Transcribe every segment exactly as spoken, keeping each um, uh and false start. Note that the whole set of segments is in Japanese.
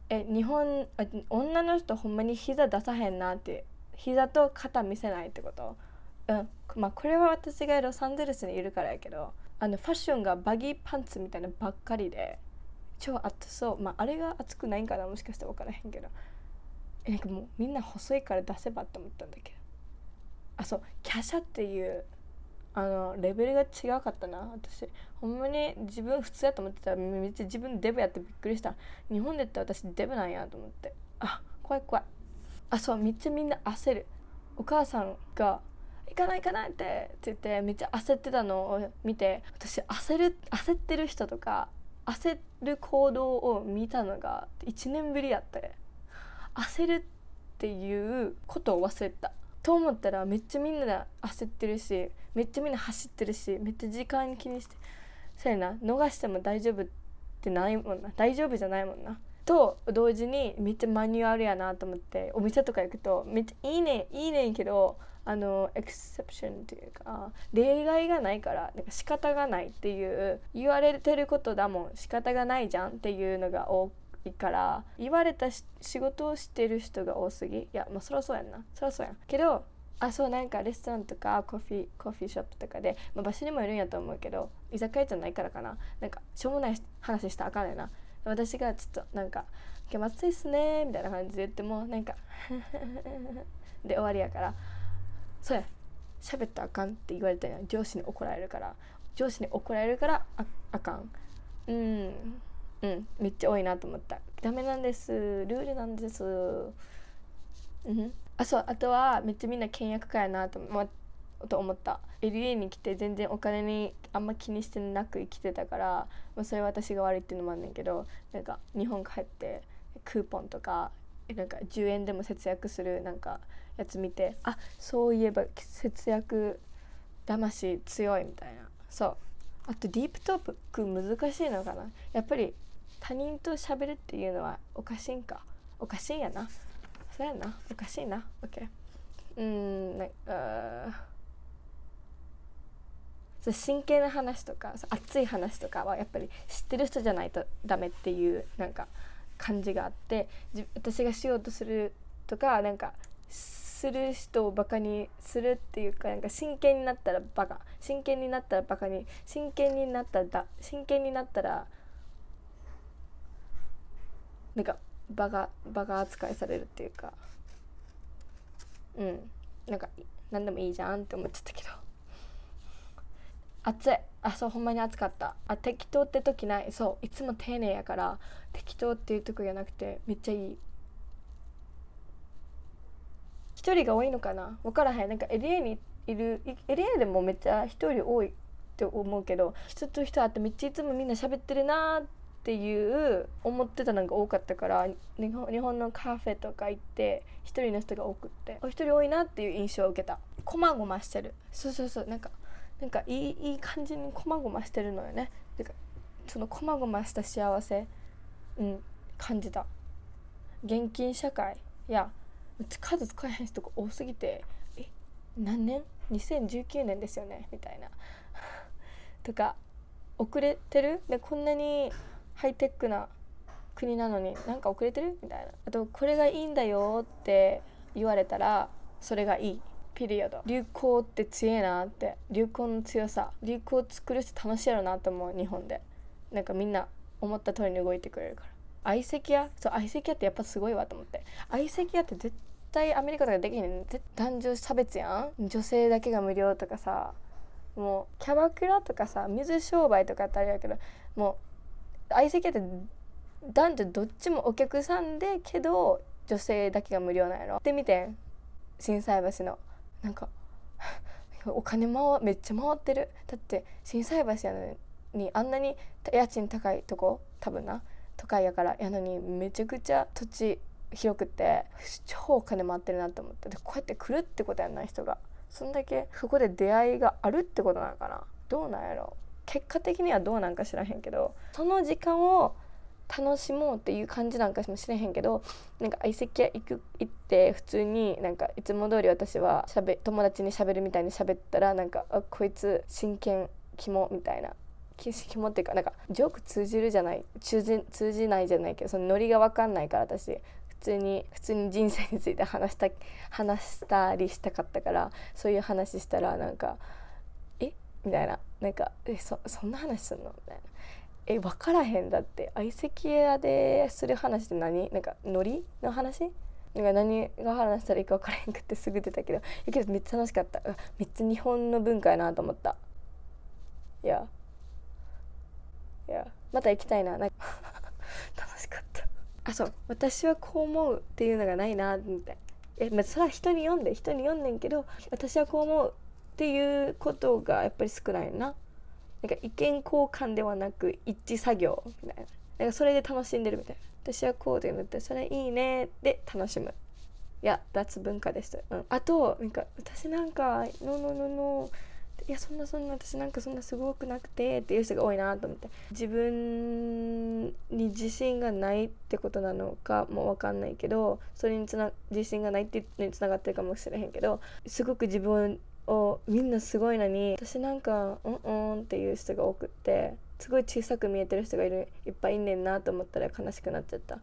え日本あ女の人ほんまに膝出さへんなって、膝と肩見せないってこと。うんまあこれは私がロサンゼルスにいるからやけど、あのファッションがバギーパンツみたいなばっかりで超暑そう。まああれが暑くないんかな、もしかしたら分からへんけど、えなんかもうみんな細いから出せばって思ったんだけど、あそう華奢っていうあのレベルが違かったな。私ほんまに自分普通やと思ってたらめっちゃ自分デブやってびっくりした。日本で言ったら私デブなんやと思って、あ怖い怖い。あそうめっちゃみんな焦る。お母さんが行かない行かないってって言ってめっちゃ焦ってたのを見て、私焦る焦ってる人とか焦る行動を見たのがいちねんぶりやって、焦るっていうことを忘れたと思ったらめっちゃみんな焦ってるし、めっちゃみんな走ってるし、めっちゃ時間気にして、そうやな、逃しても大丈夫ってないもんな、大丈夫じゃないもんなと同時にめっちゃマニュアルやなと思って、お店とか行くとめっちゃいいねいいねんけど、あのエクセプションっていうか例外がないから、なんか仕方がないっていう言われてることだもん、仕方がないじゃんっていうのが多いから、言われた仕事をしてる人が多すぎ。いやまあそりゃそうやんな、そりゃそうやんけど、あそうなんかレストランとかコーヒーコーヒーショップとかで、まあ、場所にもいるんやと思うけど、居酒屋じゃないからかな、なんかしょうもない話したらあかんねんな。私がちょっとなんか今日暑いっすねみたいな感じで言ってもなんかで終わりやから、そうや喋ったらあかんって言われたら上司に怒られるから、上司に怒られるから あ, あかん。うんうんめっちゃ多いなと思った。ダメなんです、ルールなんです。うんあそうあとはめっちゃみんな倹約家やなと思と思った。 エルエー に来て全然お金にあんま気にしてなく生きてたから、まあ、それは私が悪いっていうのもあんねんけど、なんか日本帰ってクーポンとかなんかじゅうえんでも節約するなんかやつ見て、あそういえば節約魂強いみたいな。そうあとディープトーク難しいのかな、やっぱり他人と喋るっていうのはおかしいんか、おかしいんやな、そうやなおかしいな。 OK うーんなんかそう真剣な話とか熱い話とかはやっぱり知ってる人じゃないとダメっていうなんか感じがあって、私がしようとするとかなんかする人をバカにするっていうか、なんか真剣になったらバカ、真剣になったらバカに、真剣になったらだ真剣になったらなんかバカバカ扱いされるっていうか、うんなんか何でもいいじゃんって思っちゃったけど、暑い。あそうほんまに暑かった。あ適当って時ない。そういつも丁寧やから適当っていうとこじゃなくてめっちゃいい。一人が多いのかな分からへん。なんか エルエー にいる エルエー でもめっちゃ一人多いって思うけど、人と人会ってめっちゃいつもみんな喋ってるなっていう思ってたのが多かったから、日本、日本のカフェとか行って一人の人が多くって一人多いなっていう印象を受けた。こまごましてる。そうそうそうなんかなんかいいいい感じにこまごましてるのよね。てかそのこまごました幸せ、うん、感じた。現金社会いや数使えへん人が多すぎて、え何年にせんじゅうきゅうねんですよねみたいなとか遅れてるで、こんなにハイテックな国なのになんか遅れてるみたいな。あとこれがいいんだよって言われたらそれがいいピリオド。流行って強えなって、流行の強さ、流行作る人楽しいやろなと思う。日本でなんかみんな思った通りに動いてくれるから。相席屋そう相席屋ってやっぱすごいわと思って。相席屋って絶対アメリカとかできへんねん。男女差別やん。女性だけが無料とかさ、もうキャバクラとかさ水商売とかってあれやけど、もう相席屋って男女どっちもお客さんでけど女性だけが無料なんやろ。で見て心斎橋のなんかお金回めっちゃ回ってる。だって心斎橋やのにあんなに家賃高いとこ多分な都会やからやのにめちゃくちゃ土地広くて超お金回ってるなと思って。でこうやって来るってことやんない人がそんだけそこで出会いがあるってことなのかな。どうなんやろ結果的にはどうなんか知らへんけど、その時間を楽しもうっていう感じなんかもしれへんけど、なんか相席屋行く行って普通になんかいつも通り私はしゃべ友達にしゃべるみたいにしゃべったらなんかあこいつ真剣キモみたいな肝っていうかなんかジョーク通じるじゃない通じ通じないじゃないけど、そのノリが分かんないから私普通に普通に人生について話した話したりしたかったから、そういう話したらなんかえみたいな、なんかえ そ, そんな話すんのみたいな、え分からへんだって相席屋でする話って何、なんかノリの話、なんか何が話したらいいか分からへんくってすぐ出たけど、けどめっちゃ楽しかった。めっちゃ日本の文化やなと思った。いやいやまた行きたいな、なんか楽しかった。あ、そう、私はこう思うっていうのがないなって。え、まあ、それは人に読んで人に読んでんけど、私はこう思うっていうことがやっぱり少ないな。なんか意見交換ではなく一致作業みたいな、なんかそれで楽しんでるみたいな。私はこうで言ってそれいいねで楽しむ。いや脱文化です、うん、あとなんか私なんかノーノーノーノーいやそんなそんな私なんかそんなすごくなくてっていう人が多いなと思って、自分に自信がないってことなのかも分かんないけど、それにつな自信がないっていうのにつながってるかもしれへんけど、すごく自分をみんなすごいのに私なんかうんうんっていう人が多くって、すごい小さく見えてる人がいるいっぱいいんねんなと思ったら悲しくなっちゃった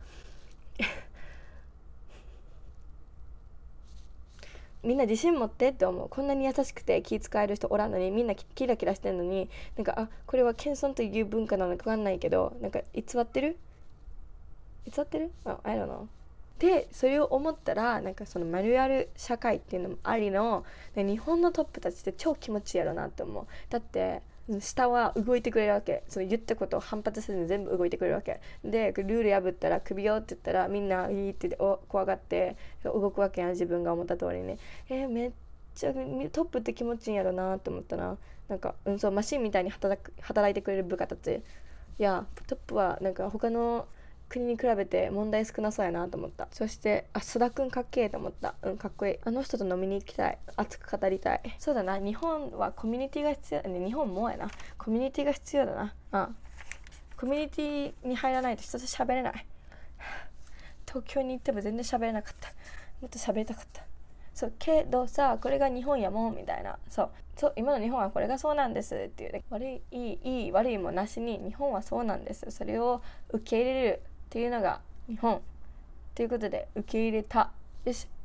みんな自信持ってって思う。こんなに優しくて気遣える人おらんのに、みんなキラキラしてんのに、なんかあこれは謙遜という文化なのか分かんないけど、なんか偽ってる偽ってるあ、I don't know。でそれを思ったら、なんかそのマニュアル社会っていうのもありの、日本のトップたちって超気持ちいいやろなって思う。だって下は動いてくれるわけ。その言ったことを反発せずに全部動いてくれるわけで、ルール破ったら首よって言ったらみんないいってお怖がって動くわけやん、自分が思った通りにね。えー、めっちゃトップって気持ちいいんやろなって思ったな。なんか、うん、そうマシンみたいに働く働いてくれる部下たち、いやトップはなんか他の国に比べて問題少なそうやなと思った。そしてあ須田くんかっけえと思った。うん、かっこいい。あの人と飲みに行きたい。熱く語りたい。そうだな、日本はコミュニティが必要、ね、日本もやな、コミュニティが必要だな。うん、コミュニティに入らないと人と喋れない。東京に行っても全然喋れなかった。もっと喋りたかった。そうけどさ、これが日本やもんみたいな。そうそう、今の日本はこれがそうなんですっていう、ね、悪いいいいい悪いもなしに日本はそうなんです、それを受け入れるっていうのが日本ということで受け入れた。よし、